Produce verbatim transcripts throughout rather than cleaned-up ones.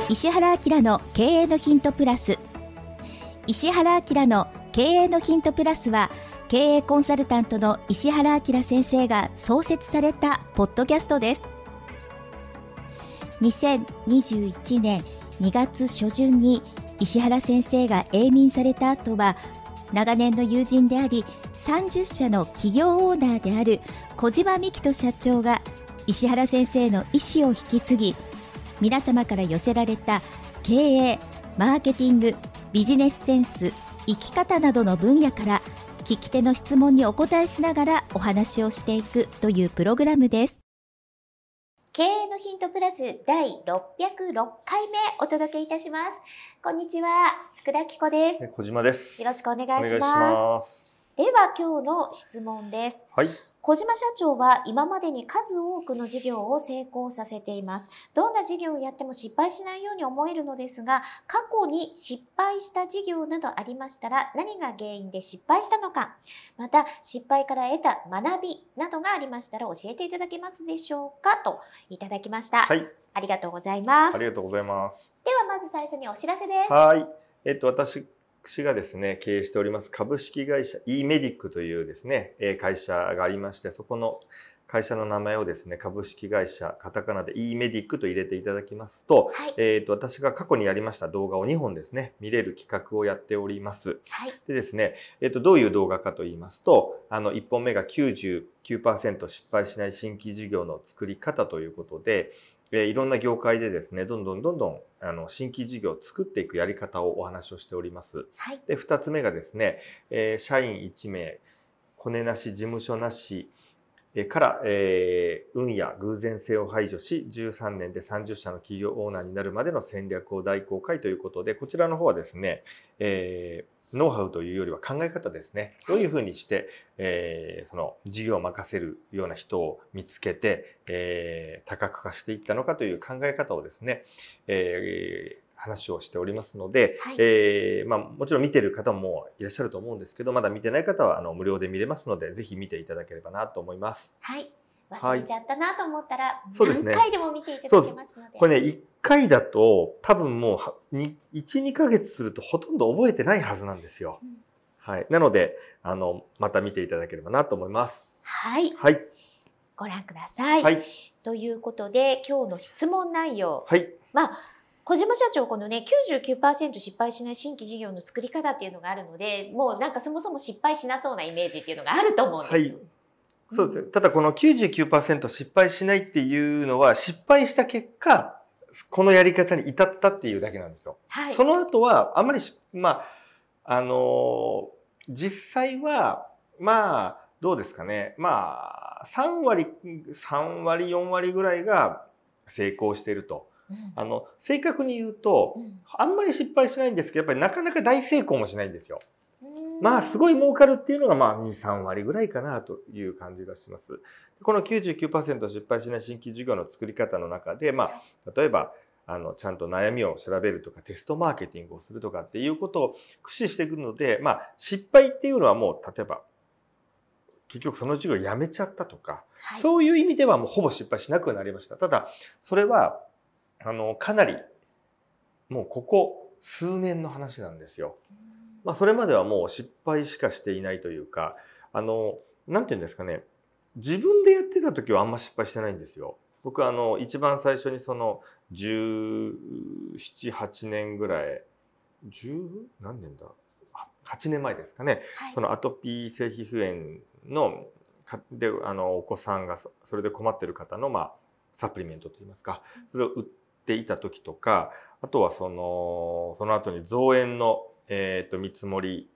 石原明の経営のヒントプラス。石原明の経営のヒントプラスは、経営コンサルタントの石原明先生が創設されたポッドキャストです。にせんにじゅういちねんにがつしょじゅんに石原先生が永眠された後は、長年の友人でありさんじゅっしゃの企業オーナーである小島幹人社長が石原先生の遺志を引き継ぎ、皆様から寄せられた経営、マーケティング、ビジネスセンス、生き方などの分野から聞き手の質問にお答えしながらお話をしていくというプログラムです。経営のヒントプラスだいろっぴゃくろっかいめお届けいたします。こんにちは、福田紀子です。 小島です。 よろしくお願いします。お願いします。では今日の質問です。 はい。 小島社長は今までに数多くの事業を成功させています。どんな事業をやっても失敗しないように思えるのですが、過去に失敗した事業などありましたら、何が原因で失敗したのか、また失敗から得た学びなどがありましたら教えていただけますでしょうか、といただきました。 はい。 ありがとうございます。 ありがとうございます。 ではまず最初にお知らせです。 はい。えっと、私、私がですね、経営しております株式会社 イーメディック というですね、会社がありまして、そこの会社の名前をですね、株式会社、カタカナで イーメディック と入れていただきますと、はい、えっと、私が過去にやりました動画をにほんですね、見れる企画をやっております。はい、でですね、えっと、どういう動画かと言いますと、あの、いっぽんめが きゅうじゅうきゅうパーセント 失敗しない新規事業の作り方ということで、いろんな業界でですね、どんどんどんどんあの新規事業を作っていくやり方をお話をしております。はい、で、二つ目がですね、えー、社員いちめい、コネなし、事務所なしから、えー、運や偶然性を排除し、じゅうさんねんでさんじゅっしゃの企業オーナーになるまでの戦略を大公開ということで、こちらの方はですね、えーノウハウというよりは考え方ですね。どういうふうにして、えー、その事業を任せるような人を見つけて、えー、多角化していったのかという考え方をですね、えー、話をしておりますので、はい、えーまあ、もちろん見ている方もいらっしゃると思うんですけど、まだ見てない方はあの無料で見れますので、ぜひ見ていただければなと思います。 はい。忘れちゃったなと思ったら、はい、 何回でも見ていただけますので。 そうです。これね、いっかいだと多分もういち、にかげつするとほとんど覚えてないはずなんですよ。うん、はい。なので、あの、また見ていただければなと思います。 はい。 はい。 ご覧ください。はい。ということで、今日の質問内容。はい。まあ、小島社長、このね、きゅうじゅうきゅうパーセント 失敗しない新規事業の作り方っていうのがあるので、もうなんかそもそも失敗しなそうなイメージっていうのがあると思うんですよ。はい。 そうですね。ただこの きゅうじゅうきゅうパーセント 失敗しないっていうのは、失敗した結果、このやり方に至ったっていうだけなんですよ。はい、その後は、あまり、まあ、あの、実際は、まあ、どうですかね。まあ、さんわり、さんわり、よんわりぐらいが成功していると。うん、あの、正確に言うと、うん、あんまり失敗しないんですけど、やっぱりなかなか大成功もしないんですよ。まあ、すごい儲かるっていうのが、まあ、に、さんわりぐらいかなという感じがします。この きゅうじゅうきゅうパーセント 失敗しない新規事業の作り方の中で、まあ、例えば、あの、ちゃんと悩みを調べるとか、テストマーケティングをするとかっていうことを駆使してくるので、まあ、失敗っていうのはもう、例えば、結局その事業をやめちゃったとか、はい、そういう意味ではもうほぼ失敗しなくなりました。ただ、それは、あの、かなり、もうここ数年の話なんですよ。まあ、それまではもう失敗しかしていないというか、あの、なんて言うんですかね、自分でやってた時はあんま失敗してないんですよ。僕あの、一番最初にその、じゅうなな、はちねんぐらい、じゅう何年だはちねんまえですかね。はい、そのアトピー性皮膚炎の、で、あの、お子さんがそれで困ってる方の、まあ、サプリメントといいますか、それを売っていた時とか、あとはその、その後に造園の、えっと、見積もり、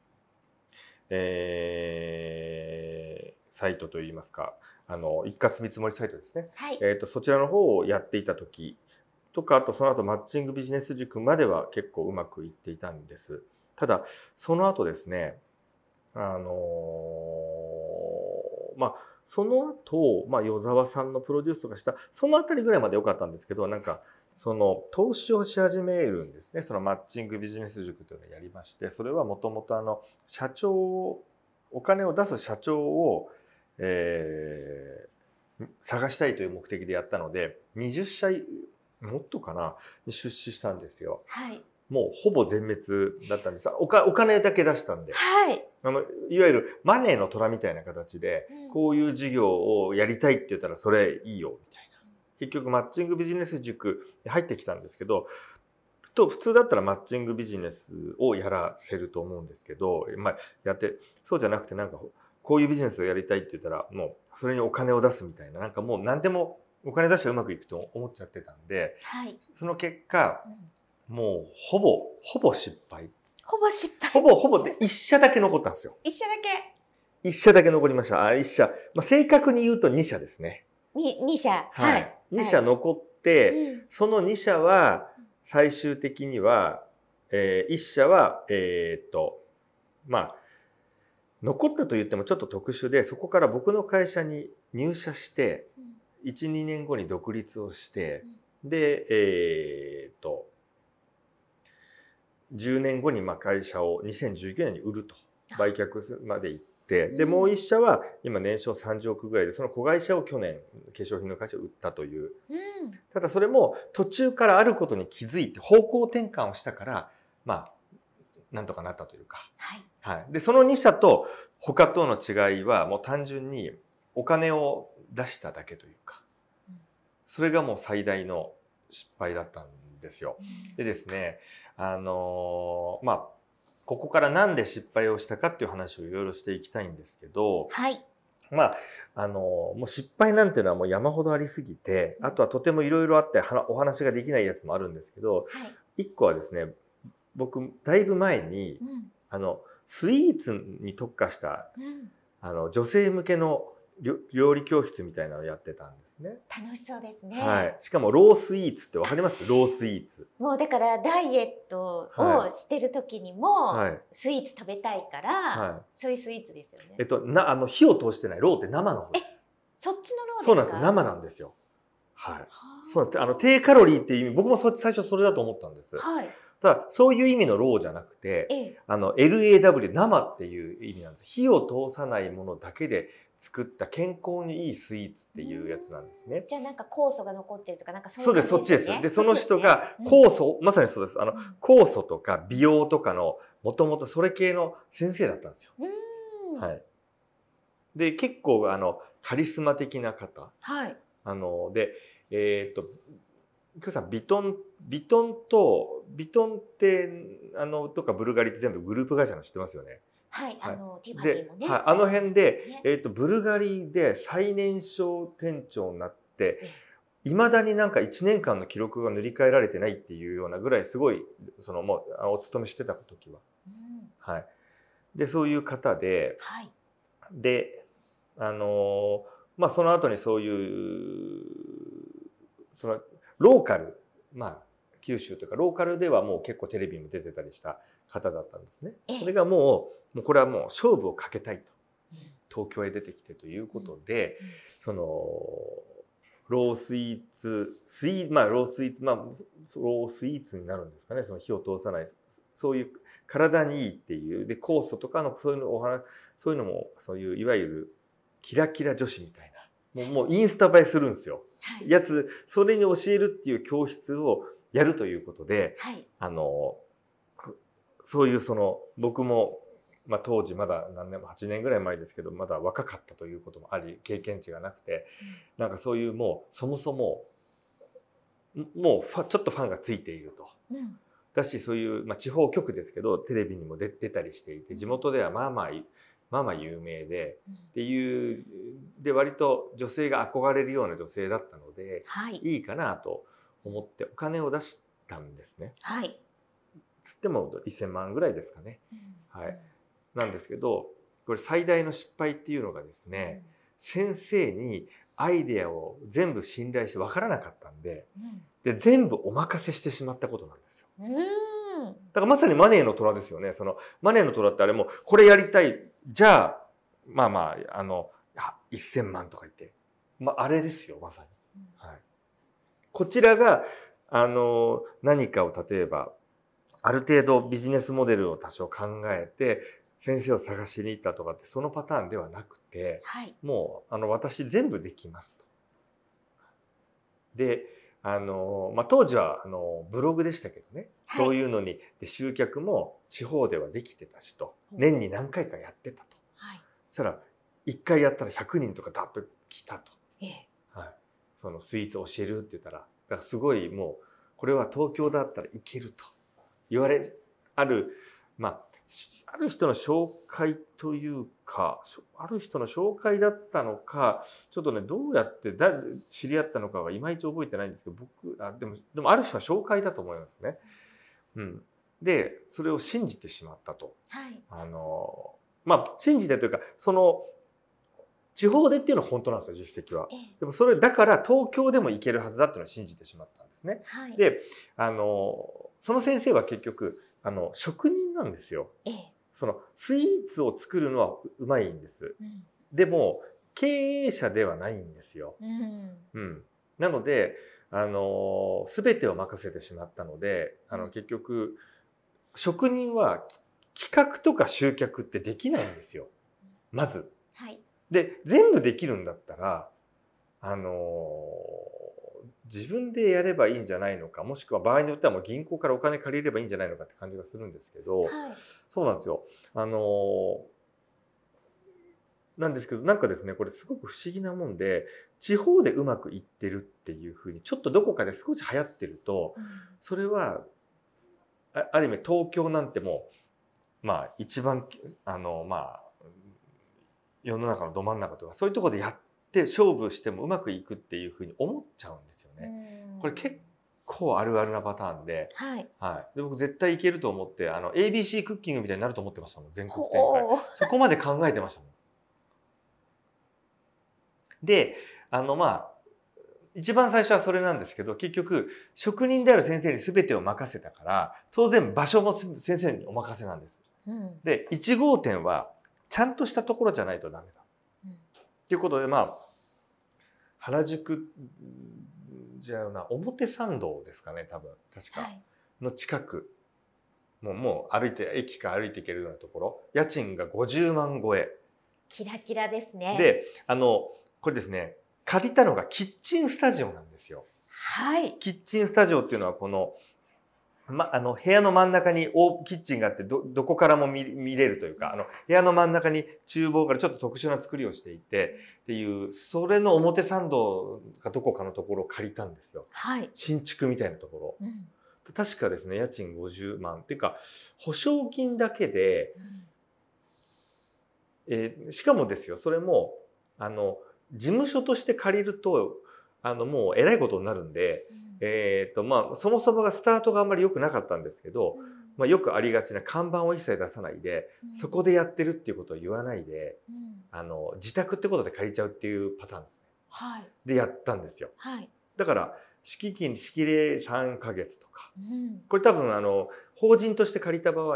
えー、サイトといいますか、あの、一括見積もりサイトですね。はい、えっと、そちらの方をやっていた時とか、あとその後マッチングビジネス塾までは結構うまくいっていたんです。ただ、その後ですね、あのー、まあ、その後、まあ、与沢さんのプロデュースとかした、そのあたりぐらいまで良かったんですけど、なんか、その投資をし始めるんですね。そのマッチングビジネス塾というのをやりまして、それはもともとあの社長を、お金を出す社長を、えー、探したいという目的でやったので、にじゅっしゃもっとかなに出資したんですよ。 はい。 もうほぼ全滅だったんです。おかお金だけ出したんで、 はい、 あのいわゆるマネーの虎みたいな形で、うん、こういう事業をやりたいって言ったらそれいいよみたいな。結局マッチングビジネス塾に入ってきたんですけど、と普通だったらマッチングビジネスをやらせると思うんですけど、まあ、やってそうじゃなくて、なんかこういうビジネスをやりたいって言ったらもうそれにお金を出すみたいな、なんかもう何でもお金出したらうまくいくと思っちゃってたんで、 はい、 その結果、うんもうほぼほぼ失敗。 ほぼ失敗。 ほぼほぼで一社だけ残ったんですよ。 一社だけ。 一社だけ残りました。あ、一社。まあ、正確に言うと二社ですね。 に二社。 はい。二社残って、はい、その二社は最終的には、えー、一社はえー、っとまあ残ったと言ってもちょっと特殊で、そこから僕の会社に入社していち、にねんごに独立をして、でえー、っと。じゅうねんごにまあ会社をにせんじゅうきゅうねんに売ると売却まで行って、でもう一社は今年商さんじゅうおくぐらいで、その子会社を去年化粧品の会社を売ったという、うん、ただそれも途中からあることに気づいて方向転換をしたからまあなんとかなったというか、はいはい、でそのに社と他との違いはもう単純にお金を出しただけというか、それがもう最大の失敗だったんですよ。うん、でですねあのー、まあここからなんで失敗をしたかっていう話をいろいろしていきたいんですけど、はい、まああのー、もう失敗なんていうのはもう山ほどありすぎて、あとはとてもいろいろあってお話ができないやつもあるんですけど、はい、いっこはですね、僕だいぶ前に、うん、あのスイーツに特化した、うん、あの女性向けの料理教室みたいなのをやってたんですね。 楽しそうですね。 はい。しかもロースイーツってわかります？ロースイーツ。 もうだからダイエットをしてる時にも、はい、スイーツ食べたいから、はい、そういうスイーツですよね。 えっとなあの火を通してないローって生の方です。 え、そっちのローですか？ そうなんですよ。生なんですよ。はい。そうなんです。あの低カロリーっていう意味、僕も最初それだと思ったんです。はい。ただそういう意味のローじゃなくて、ええ、あの エルエーダブリュー 生っていう意味なんです。火を通さないものだけで作った健康にいいスイーツっていうやつなんですね。 じゃあなんか酵素が残ってるとかなんかそういうそうです、そっちです。で、その人が酵素、うん、まさにそうです。あの、うん、酵素とか美容とかのもともとそれ系の先生だったんですよ。うん、はい。で、結構あのカリスマ的な方。はい。あので、えっと。今日さんビトンビトンとビトンってあのとかブルガリって全部グループ会社の知ってますよね。 はい、はい、あのティファニーもね。 はい、あの辺で、ね、えっとブルガリで最年少店長になって、いまだになんかいちねんかんの記録が塗り替えられてないっていうようなぐらいすごいそのもうお勤めしてた時は、うん、はい。でそういう方で、はい、であのまあその後にそういうそのローカル、まあ九州というかローカルではもう結構テレビも出てたりした方だったんですね。それがもう、もうこれはもう勝負をかけたいと、東京へ出てきてということで、うんうん、そのロースイーツ、スイまあロースイーツ、まあロースイーツになるんですかね。その火を通さない、そういう体にいいっていうで酵素とかのそういうのお話、そういうのもそういういわゆるキラキラ女子みたいな、もう、もうインスタ映えするんですよ。はい、やつ、それに教えるっていう教室をやるということで、はい、あの、そういうその、僕も、まあ当時まだ何年もはちねんぐらい前ですけど、まだ若かったということもあり、経験値がなくて、うん、なんかそういうもう、そもそも、もうファちょっとファンがついていると。うん、だし、そういう、まあ地方局ですけど、テレビにも出てたりしていて、地元ではまあまあ、まあまあ有名で、うん、っていうで割と女性が憧れるような女性だったので、はい、いいかなと思ってお金を出したんですね。はい。つってもせんまんぐらいですかね。うん、はい。なんですけど、これ最大の失敗っていうのがですね、うん、先生にアイデアを全部信頼して分からなかったんで、うん、で全部お任せしてしまったことなんですよ。うん、だからまさにマネーの虎ですよね。そのマネーの虎ってあれもこれやりたい。じゃあ、まあまあ、あの、せんまんとか言って、まあ、あれですよ、まさに。はい、こちらが、あの、何かを例えば、ある程度ビジネスモデルを多少考えて、先生を探しに行ったとかって、そのパターンではなくて、はい、もう、あの、私全部できますと。で、 あの、まあ、当時はあのブログでしたけどね、 はい、 そういうのにで集客も地方ではできてたしと、年に何回かやってたと。はい、そしたらいっかいやったらひゃくにんとかダッと来たと。ええ、はい、そのスイーツを教えるって言ったら、だからすごいもうこれは東京だったらいけると言われある、まあある人の紹介というか、ある人の紹介だったのか、ちょっとね、どうやってだ知り合ったのかはいまいち覚えてないんですけど、僕、あ、でも、でもある人は紹介だと思いますね。うん。で、それを信じてしまったと。はい。あの、まあ、信じてというか、その、地方でっていうのは本当なんですよ、実績は。でもそれ、だから東京でも行けるはずだっていうのを信じてしまったんですね。はい。で、あの、その先生は結局、あの、職人なんですよ。ええ。そのスイーツを作るのはうまいんです。うん、でも経営者ではないんですよ。うんうん、なのであの全てを任せてしまったので、あの結局職人は企画とか集客ってできないんですよ。まず。はい、で全部できるんだったらあの自分でやればいいんじゃないのか、もしくは場合によってはもう銀行からお金借りればいいんじゃないのかって感じがするんですけど、はい、そうなんですよ。あのなんですけど、なんかですね、これすごく不思議なもんで、地方でうまくいってるっていうふうにちょっとどこかで少し流行ってると、うん、それは あ, ある意味東京なんてもうまあ一番あのまあ世の中のど真ん中とかそういうところでやって勝負してもうまくいくっていうふうに思っちゃうんですよね。これ結構あるあるなパターンで、はいはい、で僕絶対いけると思ってあの エービーシー クッキングみたいになると思ってましたもん、全国展開。そこまで考えてましたもん。で、あのまあ一番最初はそれなんですけど、結局職人である先生に全てを任せたから当然場所も先生にお任せなんです。うん、でいち号店はちゃんとしたところじゃないとダメだ。うん、っていうことでまあ原宿じゃあな表参道ですかね、多分確か、はい、の近くもうもう歩いて駅から歩いて行けるようなところ、家賃がごじゅうまん超え。 キラキラですね。 であのこれですね、借りたのがキッチンスタジオなんですよ。 はい。 キッチンスタジオっていうのはこのま、あの部屋の真ん中にキッチンがあって ど, どこからも 見, 見れるというか、あの部屋の真ん中に厨房からちょっと特殊な作りをしていてっていう、それの表参道かどこかのところを借りたんですよ。はい、新築みたいなところ、うん、確かですね家賃ごじゅうまんっていうか保証金だけで、うん、えー、しかもですよ、それもあの事務所として借りるとあのもうえらいことになるんで、うん、えーとまあ、そもそもがスタートがあんまり良くなかったんですけど、うん、まあ、よくありがちな看板を一切出さないで、うん、そこでやってるっていうことを言わないで、うん、あの自宅ってことで借りちゃうっていうパターンですね。はい、でやったんですよ。はい、だから敷金敷礼さんかげつとか、うん、これ多分あの法人として借りた場合、うん、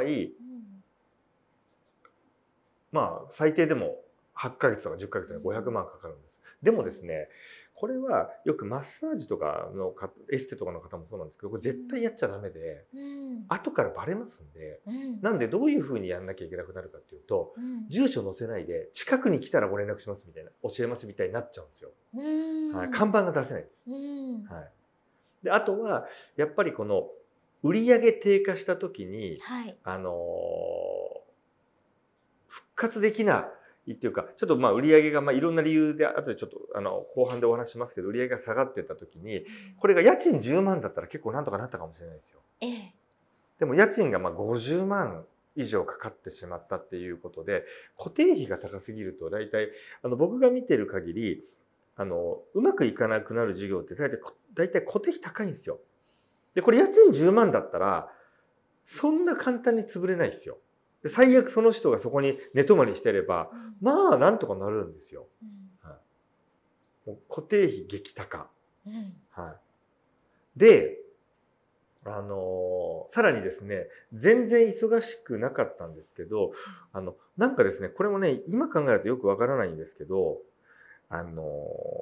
まあ最低でもはっかげつとかじゅっかげつでごひゃくまんかかるんです。でもですね、これはよくマッサージとかのエステとかの方もそうなんですけど、これ絶対やっちゃダメで、うん、後からバレますんで、うん、なんでどういうふうにやんなきゃいけなくなるかっていうと、うん、住所載せないで近くに来たらご連絡しますみたいな、教えますみたいになっちゃうんですよ。うん、はい、看板が出せないです。うん、はい、であとはやっぱりこの売上低下した時に、はい、あのー、復活できないっていうか、ちょっとまあ売上がまあいろんな理由で後でちょっとあの後半でお話ししますけど、売上が下がっていった時に、これが家賃じゅうまんだったら結構なんとかなったかもしれないですよ。ええ、でも家賃がまあごじゅうまん以上かかってしまったっていうことで、固定費が高すぎると大体あの僕が見てる限りあのうまくいかなくなる事業って大体大体固定費高いんですよ。でこれ家賃じゅうまんだったらそんな簡単に潰れないですよ。最悪その人がそこに寝泊まりしてれば、うん、まあなんとかなるんですよ。うん、はい、もう固定費激高。うん、はい、で、あのー、さらにですね、全然忙しくなかったんですけど、あのなんかですね、これもね今考えるとよくわからないんですけど、あのー、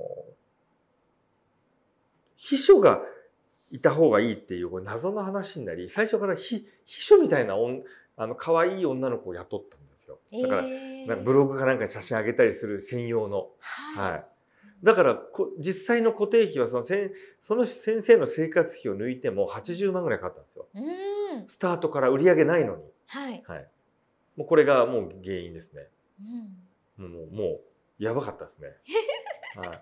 秘書がいた方がいいっていうこれ謎の話になり、最初から 秘, 秘書みたいなあの可愛い女の子を雇ったんですよ。だから、なんかブログかなんかに写真上げたりする専用の。はい。はい、 だからこ実際の固定費はそのせんその先生の生活費を抜いてもはちじゅうまんぐらいかかったんですよ。 うんスタートから売り上げないのに。 はい。 はい。もうこれがもう原因ですね。 うん、 もう、もう、やばかったですね。はい。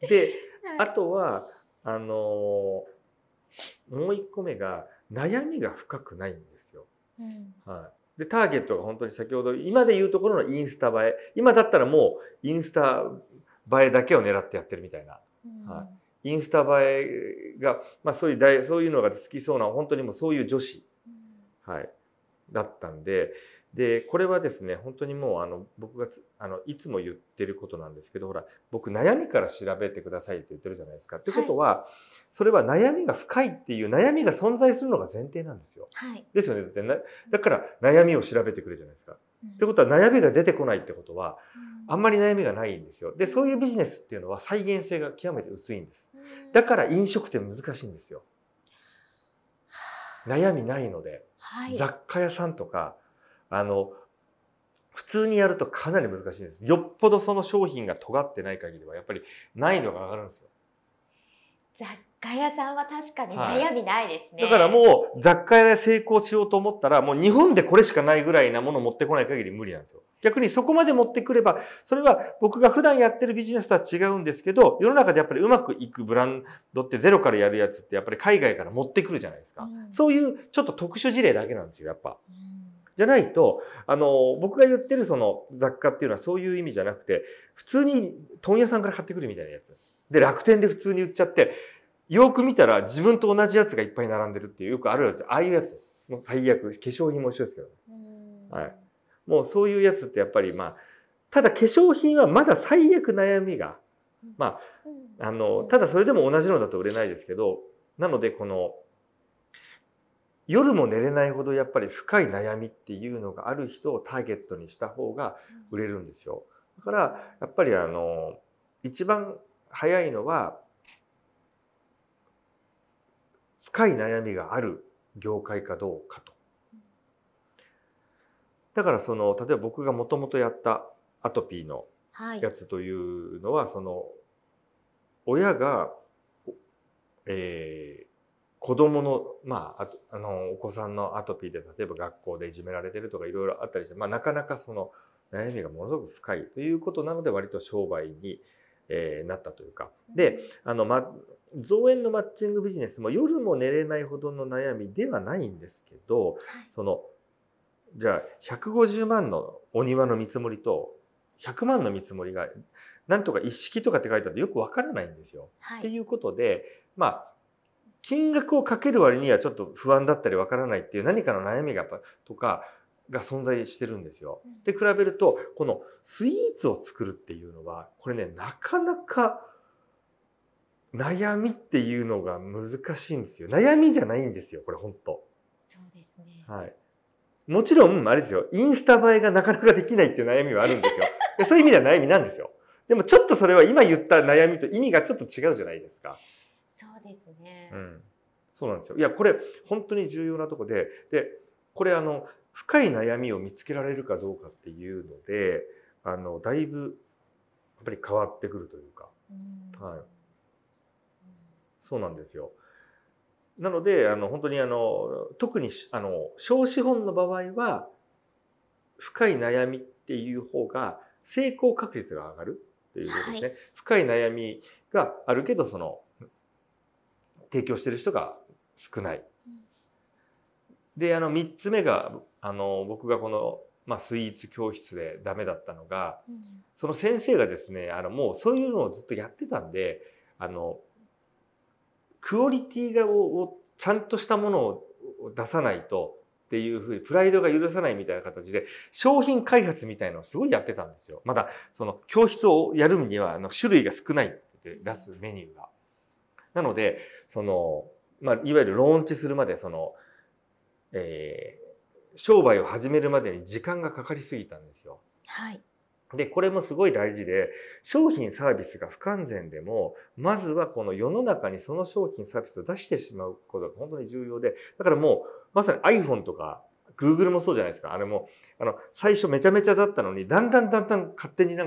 で、あとは、あのー、もう一個目が、悩みが深くないんですよ。うん、はい。で、ターゲットが本当に先ほど、今で言うところのインスタ映え。今だったらもう、インスタ映えだけを狙ってやってるみたいな。うん、はい。インスタ映えが、まあそういう、そういうのが好きそうな、本当にもうそういう女子。うん、はい。だったんで、で、これはですね、本当にもう、あの、僕があの、いつも言ってることなんですけど、ほら、僕、悩みから調べてくださいって言ってるじゃないですか。ってことは、はい、それは悩みが深いっていう悩みが存在するのが前提なんですよ。はい、ですよね。だってな、だから悩みを調べてくれるじゃないですか。うん、ってことは、悩みが出てこないってことは、うん、あんまり悩みがないんですよ。で、そういうビジネスっていうのは再現性が極めて薄いんです。だから飲食店難しいんですよ。悩みないので。はい、雑貨屋さんとか、あの、普通にやるとかなり難しいです。よっぽどその商品が尖ってない限りは、やっぱり難易度が上がるんですよ。 雑貨屋さんは確かに悩みないですね。 はい、だからもう雑貨屋で成功しようと思ったら、もう日本でこれしかないぐらいなものを持ってこない限り無理なんですよ。逆にそこまで持ってくれば、それは僕が普段やってるビジネスとは違うんですけど、世の中でやっぱりうまくいくブランドってゼロからやるやつってやっぱり海外から持ってくるじゃないですか。うん、そういうちょっと特殊事例だけなんですよ、やっぱ。うん、じゃないと、あの、僕が言ってるその雑貨っていうのはそういう意味じゃなくて、普通に問屋さんから買ってくるみたいなやつです。で、楽天で普通に売っちゃって、よく見たら自分と同じやつがいっぱい並んでるっていう、よくあるやつ、ああいうやつです。もう最悪。化粧品も一緒ですけど、ね。はい。もうそういうやつってやっぱりまあ、ただ化粧品はまだ最悪悩みが、まあ、あの、ただそれでも同じのだと売れないですけど、なのでこの、夜も寝れないほどやっぱり深い悩みっていうのがある人をターゲットにした方が売れるんですよ。だからやっぱりあの、一番早いのは、深い悩みがある業界かどうかと。だからその、例えば僕がもともとやったアトピーのやつというのは、はい、その、親が、えー、子供の、まあ、あの、お子さんのアトピーで、例えば学校でいじめられてるとかいろいろあったりして、まあ、なかなかその悩みがものすごく深いということなので、割と商売に、えー、なったというか。で、あの、ま、造園のマッチングビジネスも夜も寝れないほどの悩みではないんですけど、はい、その、じゃあ、ひゃくごじゅうまんのお庭の見積もりと、ひゃくまんの見積もりが、なんとか一式とかって書いてあるとよくわからないんですよ。はい、っていうことで、まあ、金額をかける割にはちょっと不安だったりわからないっていう何かの悩みがやっぱとかが存在してるんですよ。で、比べると、このスイーツを作るっていうのは、これね、なかなか悩みっていうのが難しいんですよ。悩みじゃないんですよ、これ本当。 そうですね。 はい。もちろん、あれですよ、インスタ映えがなかなかできないっていう悩みはあるんですよ。そういう意味では悩みなんですよ。でもちょっとそれは今言った悩みと意味がちょっと違うじゃないですか。 そうですね。 うん。そうなんですよ。いや、これ本当に重要なとこで、で、これあの、深い悩みを見つけられるかどうかっていうので、あの、だいぶ、やっぱり変わってくるというか。はい。そうなんですよ。なので、あの、本当にあの、特に、あの、小資本の場合は、深い悩みっていう方が、成功確率が上がるっていうことですね。はい、深い悩みがあるけど、その、提供してる人が少ない。で、あの、三つ目が、あの、僕がこの、まあ、スイーツ教室でダメだったのが、うん、その先生がですね、あの、もうそういうのをずっとやってたんで、あの、クオリティがをちゃんとしたものを出さないとっていうふうにプライドが許さないみたいな形で商品開発みたいなのをすごいやってたんですよ。まだその教室をやるにはあの種類が少ないって出すメニューが。なので、その、まあ、いわゆるローンチするまでその、えー、商売を始めるまでに時間がかかりすぎたんですよ。 はい。 で、これもすごい大事で、商品サービスが不完全でも、まずはこの世の中にその商品サービスを出してしまうことが本当に重要で、だからもう、まさに iPhone とか、Google もそうじゃないですか。あれも、あの、最初めちゃめちゃだったのに、だんだんだんだん勝手になんか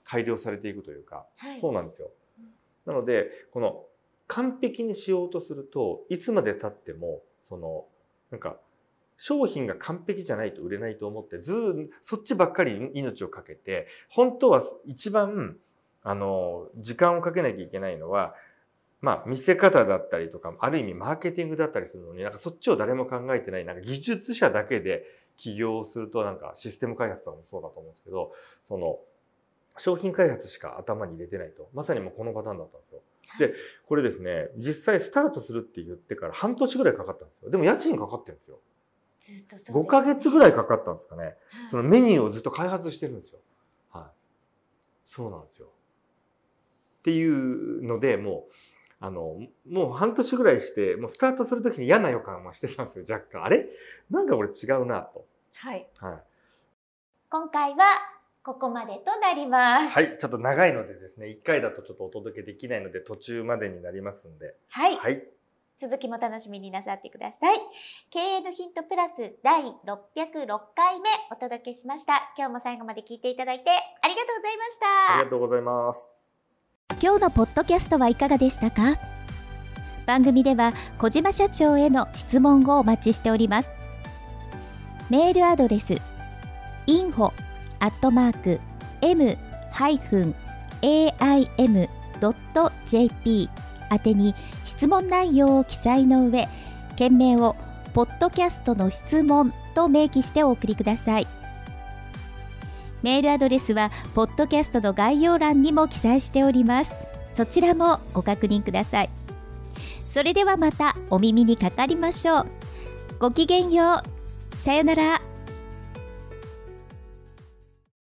改良されていくというか、 はい、 そうなんですよ。なのでこの完璧にしようとするといつまで経ってもそのなんか商品が完璧じゃないと売れないと思ってずーそっちばっかりに命をかけて、本当は一番あの時間をかけなきゃいけないのは、まあ見せ方だったりとか、ある意味マーケティングだったりするのに、なんかそっちを誰も考えてない、なんか技術者だけで起業すると、なんかシステム開発とかもそうだと思うんですけど、その商品開発しか頭に入れてないと、まさにもうこのパターンだったんですよ。でこれですね、実際スタートするって言ってから半年ぐらいかかったんですよ。でも家賃かかってるんですよ。 ずっとそうですね、 ごかげつぐらいかかったんですかね。そのメニューをずっと開発してるんですよ。はい。そうなんですよ。っていうので、もう、あの、もう半年ぐらいして、もうスタートするときに嫌な予感もしてたんですよ、若干。あれなんか俺違うなと。 はい。 はい。 今回はここまでとなります。 はい。ちょっと長いのでですね、いっかいだとちょっとお届けできないので、途中までになりますんで。 はい。 はい。 続きも楽しみになさってください。経営のヒントプラスだいろっぴゃくろっかいめお届けしました。今日も最後まで聞いていただいてありがとうございました。 ありがとうございます。 今日のポッドキャストはいかがでしたか？番組では小島社長への質問をお待ちしております。メールアドレス インフォ アットマーク エム ハイフン エーアイエム ドット ジェーピー 宛てに質問内容を記載の上、件名をポッドキャストの質問と明記してお送りください。メールアドレスはポッドキャストの概要欄にも記載しております。そちらもご確認ください。それではまたお耳にかかりましょう。ごきげんよう。さよなら。